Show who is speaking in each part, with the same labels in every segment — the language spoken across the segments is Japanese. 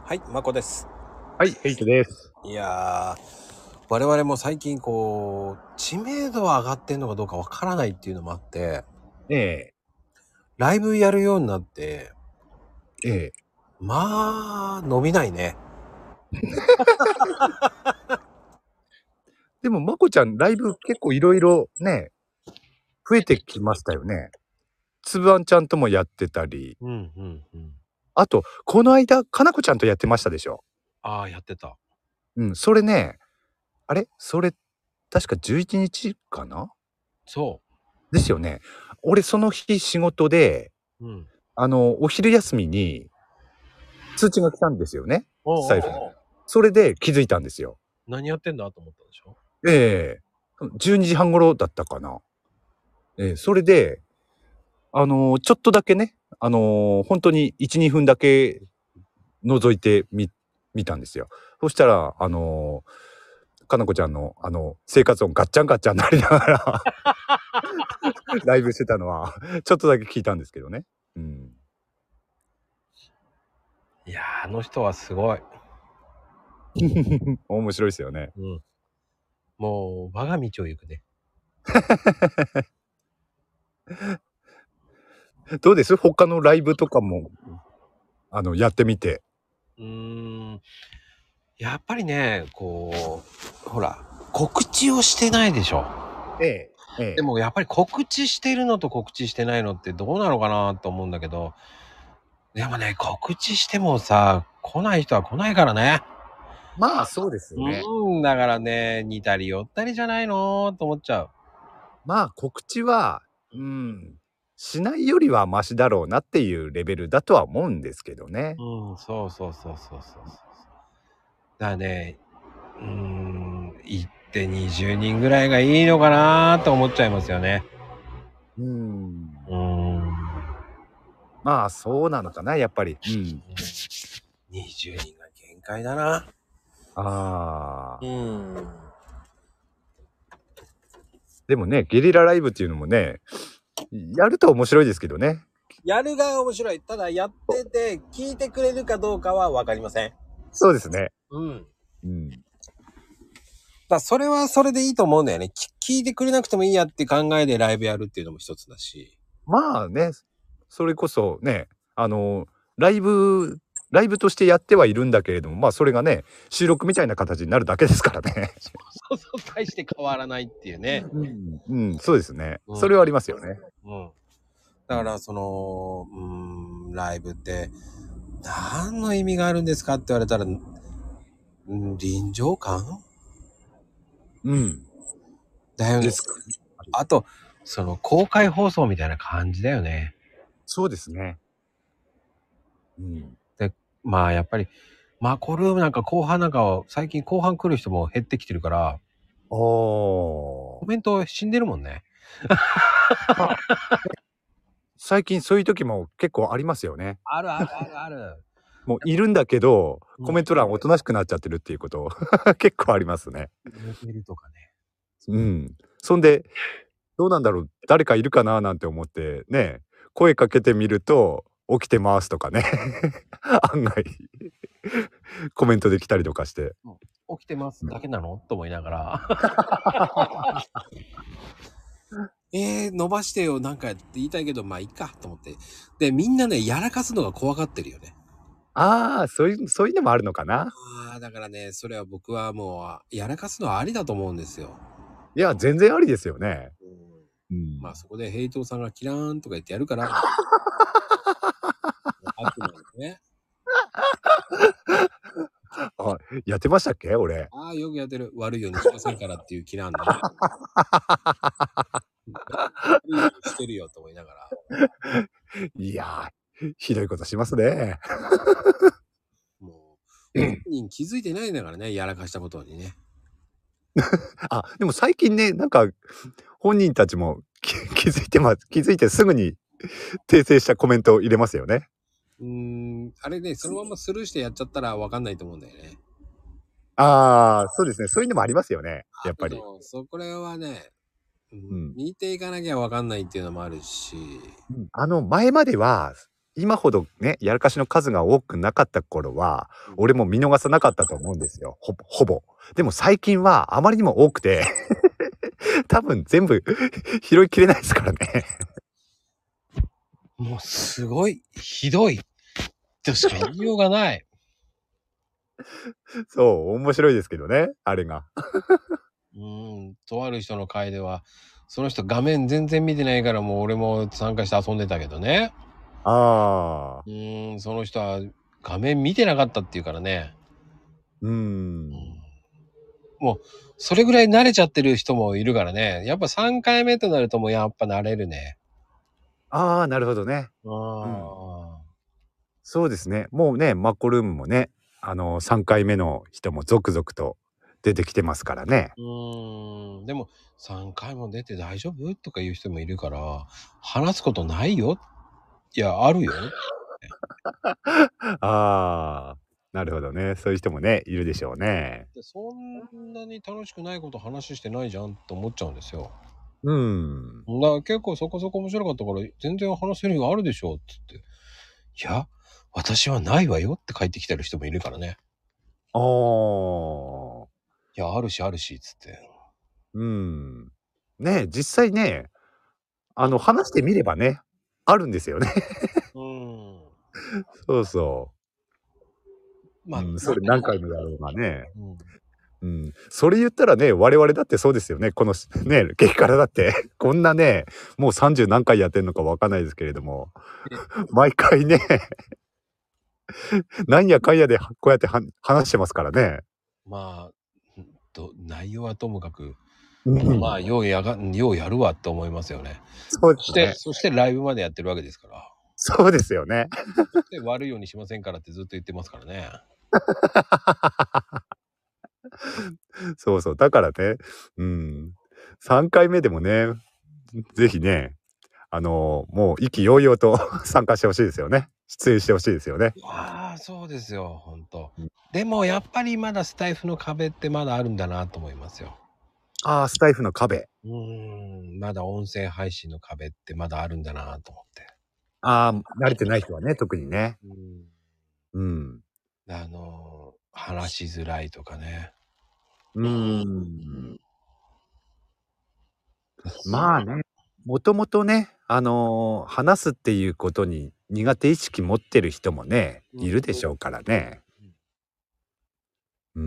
Speaker 1: はい、まこです。
Speaker 2: はい、ヘイトです。
Speaker 1: いやー、我々も最近知名度は上がってんのかどうかわからないっていうのもあって、
Speaker 2: ええ、
Speaker 1: ライブやるようになって、
Speaker 2: ええ。
Speaker 1: まあ、伸びないね。
Speaker 2: でも、まこちゃん、ライブ結構いろいろね、増えてきましたよね。つぶあんちゃんともやってたり、
Speaker 1: うん、うん、うん。
Speaker 2: あと、この間、かなこちゃんとやってましたでしょ。
Speaker 1: ああ、やってた。
Speaker 2: うん、それね、あれそれ、確か11日かな
Speaker 1: そ
Speaker 2: ですよね。俺、その日仕事で、
Speaker 1: う。うん。
Speaker 2: お昼休みに通知が来たんですよね。スタイフに。
Speaker 1: おうおうおう。
Speaker 2: それで気づいたんですよ。
Speaker 1: 何やってんだと思ったでしょ。
Speaker 2: ええ、12時半頃だったかな。それで、ちょっとだけね、ほんとに1、2分だけ覗いてみたんですよ。そしたら、かなこちゃんの、生活音ガッチャンガッチャン鳴りながらライブしてたのは、ちょっとだけ聞いたんですけどね。うん。
Speaker 1: いやー、あの人はすごい。
Speaker 2: 面白いですよね。
Speaker 1: うん。もう、我が道を行くね。
Speaker 2: どうです？他のライブとかも、やってみて。
Speaker 1: うーん。やっぱりね、ほら、告知をしてないでしょ。
Speaker 2: ええ、ええ。
Speaker 1: でもやっぱり告知してるのと告知してないのってどうなのかなと思うんだけど、でもね、告知してもさ、来ない人は来ないからね。
Speaker 2: まあ、そうですよね。
Speaker 1: だからね、似たり寄ったりじゃないのと思っちゃう。
Speaker 2: まあ、告知は、うん、しないよりはマシだろうなっていうレベルだとは思うんですけどね。
Speaker 1: うん、そうそうそうそうそう。だからね、行って20人ぐらいがいいのかなと思っちゃいますよね。
Speaker 2: うーん。
Speaker 1: うーん。
Speaker 2: まあ、そうなのかな、やっぱり。うん。
Speaker 1: 20人が限界だな。
Speaker 2: ああ。
Speaker 1: うん。
Speaker 2: でもね、ゲリラライブっていうのもね、やると面白いですけどね。
Speaker 1: やるが面白い。ただやってて聞いてくれるかどうかはわかりません。
Speaker 2: そうですね。
Speaker 1: うん。
Speaker 2: うん。
Speaker 1: それはそれでいいと思うんだよね。聞いてくれなくてもいいやって考えでライブやるっていうのも一つだし。
Speaker 2: まあね、それこそね、あの、ライブライブとしてやってはいるんだけれども、まあ、それがね、収録みたいな形になるだけですからね。
Speaker 1: そうそう、大して変わらないっていうね。
Speaker 2: うん、うん、そうですね。
Speaker 1: うん。
Speaker 2: それはありますよね。
Speaker 1: うん。だから
Speaker 2: うん。
Speaker 1: ライブって何の意味があるんですかって言われたら、臨場感
Speaker 2: うん。
Speaker 1: だよね。
Speaker 2: ですか。
Speaker 1: あと、公開放送みたいな感じだよね。
Speaker 2: そうですね。うん。
Speaker 1: で、まあやっぱり、マコルームなんか後半なんかは、最近後半来る人も減ってきてるから、
Speaker 2: ああ。
Speaker 1: コメント死んでるもんね。
Speaker 2: まあ、最近そういう時も結構ありますよね。
Speaker 1: あるあるあるある。
Speaker 2: もういるんだけど、
Speaker 1: うん。
Speaker 2: コメント欄おとなしくなっちゃってるっていうこと結構ありますね。
Speaker 1: 寝てるとかね。
Speaker 2: うん。そんで、どうなんだろう、誰かいるかななんて思ってね、声かけてみると、起きてますとかね案外コメントできたりとかして。
Speaker 1: うん。起きてますだけなのと思いながら。伸ばしてよ、なんかって言いたいけど、まあいいかと思って。で、みんなね、やらかすのが怖がってるよね。
Speaker 2: ああ、そういうのもあるのかな。
Speaker 1: ああ、だからね、それは僕はもう、やらかすのはありだと思うんですよ。
Speaker 2: いや、全然ありですよね。
Speaker 1: うん。
Speaker 2: うん。
Speaker 1: まあそこでヘイトさんがキラーンとか言ってやるから、あくまでね。
Speaker 2: あ、やってましたっけ？俺。
Speaker 1: ああ、よくやってる。悪いようにしませんからっていう気なんでね。悪いようにしてるよと思いながら。
Speaker 2: いや、ひどいことしますね。
Speaker 1: もう、本人気づいてないんだからね、やらかしたことにね。
Speaker 2: あ、でも最近ね、なんか本人たちも気づいてすぐに訂正したコメントを入れますよね。
Speaker 1: あれね、そのままスルーしてやっちゃったらわかんないと思うんだよね。
Speaker 2: ああ、そうですね。そういうのもありますよね、やっぱり。
Speaker 1: これはね、
Speaker 2: うん。
Speaker 1: 見ていかなきゃわかんないっていうのもあるし、
Speaker 2: うん。前までは、 今ほどね、やらかしの数が多くなかった頃は、俺も見逃さなかったと思うんですよ。ほぼ。でも最近はあまりにも多くて、多分全部拾いきれないですからね。
Speaker 1: もうすごいひどいとしか言いようがない。
Speaker 2: そう、面白いですけどね、あれが。
Speaker 1: とある人の会では、その人画面全然見てないからもう俺も参加して遊んでたけどね。
Speaker 2: ああ。
Speaker 1: その人は画面見てなかったっていうからね。
Speaker 2: うーん。
Speaker 1: もう、それぐらい慣れちゃってる人もいるからね。やっぱ3回目となるともうやっぱ慣れるね。
Speaker 2: ああ、なるほどね。
Speaker 1: あ
Speaker 2: うん。
Speaker 1: あ。
Speaker 2: そうですね。もうね、マッコルームもね、3回目の人も続々と出てきてますからね。
Speaker 1: でも3回も出て大丈夫とか言う人もいるから、話すことないよ。いや、あるよ。
Speaker 2: ああ、なるほどね。そういう人もね、いるでしょうね。
Speaker 1: でそんなに楽しくないこと話してないじゃんと思っちゃうんですよ。
Speaker 2: うーん。
Speaker 1: だから結構そこそこ面白かったから全然話せるよあるでしょっつって。いや、私はないわよって帰ってきてる人もいるからね。
Speaker 2: ああ。
Speaker 1: いや、あるしあるし、つって。
Speaker 2: うん。ね、実際ね、話してみればね、あるんですよね。
Speaker 1: うん。
Speaker 2: そうそう。
Speaker 1: まあ、
Speaker 2: うん、それ何回もやろうがね。
Speaker 1: うん。
Speaker 2: うん、それ言ったらね、我々だってそうですよね。このね、激辛だってこんなね、もう30何回やってんのかわかんないですけれども、毎回ね、なんやかんやでこうやって話してますからね。
Speaker 1: まあ、内容はともかく、
Speaker 2: うん、
Speaker 1: まあ、ようやるわって思いますよね。そしてライブまでやってるわけですから。
Speaker 2: そうですよね。
Speaker 1: で、悪いようにしませんからってずっと言ってますからね。
Speaker 2: そうそう。だからね、うん。3回目でもね、ぜひね、もう意気揚々と参加してほしいですよね。出演してほしいですよね。
Speaker 1: ああ、そうですよ、ほんと。
Speaker 2: うん。
Speaker 1: でもやっぱりまだスタイフの壁ってまだあるんだなと思いますよ。
Speaker 2: ああ、スタイフの壁。
Speaker 1: まだ音声配信の壁ってまだあるんだなと思って。
Speaker 2: ああ、慣れてない人はね、特にね。
Speaker 1: うん。
Speaker 2: うん。
Speaker 1: 話しづらいとかね。
Speaker 2: うーん。まあね、もともとね、話すっていうことに苦手意識持ってる人もね、
Speaker 1: うん。
Speaker 2: いるでしょうからね。うん。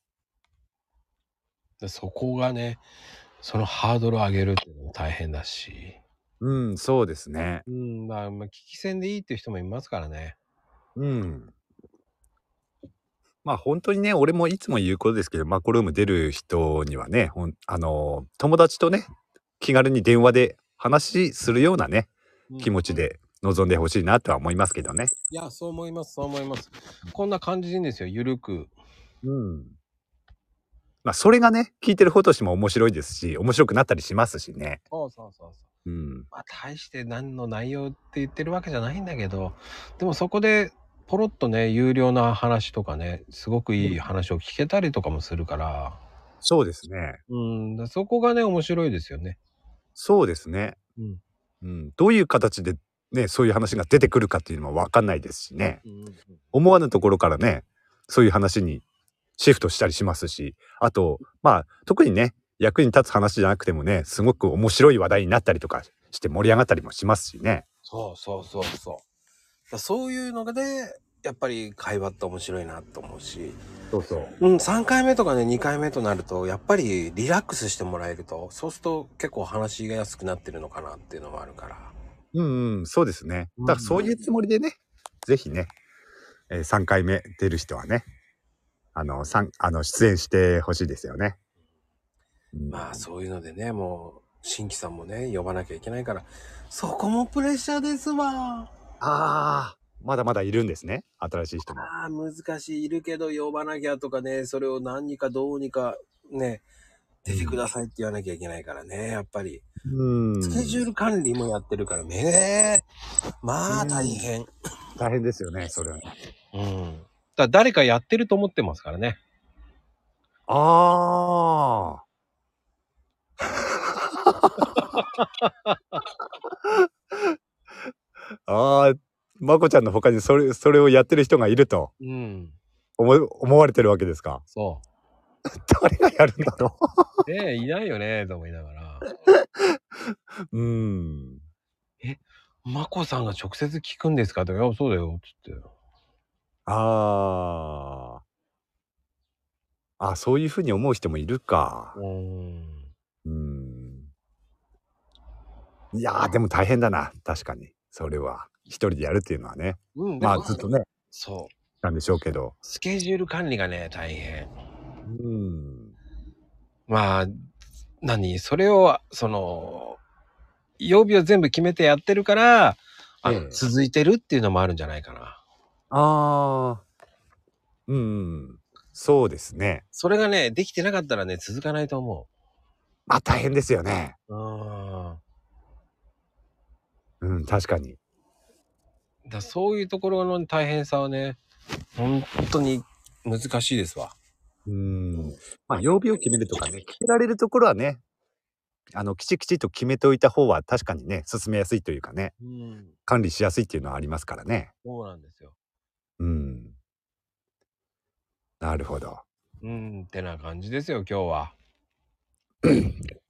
Speaker 1: そこがね、そのハードルを上げるっていうのも大変だし。
Speaker 2: うん、そうですね。
Speaker 1: 聞き戦でいいっていう人もいますからね。
Speaker 2: うん。まあ、本当にね、俺もいつも言うことですけど、マコルーム出る人にはね、友達とね、気軽に電話で話するようなね、
Speaker 1: うん。
Speaker 2: 気持ちで臨んでほしいなとは思いますけどね。
Speaker 1: いや、そう思います、そう思います。こんな感じでいいんですよ、ゆるく。
Speaker 2: うん。まあ、それがね、聞いてる方としても面白いですし、面白くなったりしますしね。
Speaker 1: そうそうそうそう。
Speaker 2: うん。
Speaker 1: まあ、大して何の内容って言ってるわけじゃないんだけど、でもそこでポロッとね、有料な話とかね、すごくいい話を聞けたりとかもするから、
Speaker 2: そうですね。
Speaker 1: そこがね、面白いですよね。
Speaker 2: そうですね。
Speaker 1: うん。
Speaker 2: うん。どういう形でね、そういう話が出てくるかっていうのも分かんないですしね。
Speaker 1: うんうんうん。
Speaker 2: 思わぬところからね、そういう話にシフトしたりしますし、あと、まあ、特にね、役に立つ話じゃなくてもね、すごく面白い話題になったりとかして盛り上がったりもしますしね。
Speaker 1: そうそうそうそう。そういうので、やっぱり会話って面白いなと思うし、
Speaker 2: そうそう。
Speaker 1: 3回目とかね、2回目となると、やっぱりリラックスしてもらえると、そうすると結構話がやすくなってるのかなっていうのもあるから。
Speaker 2: うんうん、そうですね。だからそういうつもりでね、ぜひね、3回目出る人はね、出演してほしいですよね。うん。
Speaker 1: まあそういうのでね、もう、新規さんもね、呼ばなきゃいけないから、そこもプレッシャーですわ。
Speaker 2: ああ、まだまだいるんですね、新しい人も。
Speaker 1: ああ、難しい。いるけど呼ばなきゃとかね、それを何にかどうにかね、出てくださいって言わなきゃいけないからね、やっぱり。
Speaker 2: うん。
Speaker 1: スケジュール管理もやってるからね。まあ大変。
Speaker 2: 大変ですよね、それは。
Speaker 1: 誰かやってると思ってますからね。
Speaker 2: ああ。ああ、 まこちゃんの他にそれをやってる人がいると
Speaker 1: うん。
Speaker 2: 思われてるわけですか？
Speaker 1: そ
Speaker 2: 誰がやるんだろ
Speaker 1: う。いないよねと思いながら。
Speaker 2: う。
Speaker 1: え、マコさんが直接聞くんですかと、いや、そうだよ、つって。
Speaker 2: ああ、そういう風に思う人もいるか。
Speaker 1: うーん。
Speaker 2: うーん。いや、でも大変だな、確かに。それは。一人でやるっていうのはね。
Speaker 1: うん、で
Speaker 2: まあ、
Speaker 1: も、
Speaker 2: ずっとね、
Speaker 1: そう。
Speaker 2: なんでしょうけど。
Speaker 1: スケジュール管理がね、大変。
Speaker 2: うーん。
Speaker 1: まあ、それを、曜日を全部決めてやってるから、
Speaker 2: ええ。
Speaker 1: 続いてるっていうのもあるんじゃないかな。
Speaker 2: ああ、うんうん。そうですね。
Speaker 1: それがね、できてなかったらね、続かないと思
Speaker 2: ま、大変ですよね。
Speaker 1: う。
Speaker 2: うん、確かに。
Speaker 1: そういうところの大変さはね、本当に難しいですわ。
Speaker 2: うーん。ま、曜日を決めるとかね、決められるところはね、きちっと決めておいた方は確かにね、進めやすいというかね、
Speaker 1: うん。
Speaker 2: 管理しやすいっていうのはありますからね。
Speaker 1: そうなんですよ。
Speaker 2: うん。なるほど。
Speaker 1: ってな感じですよ、今日は。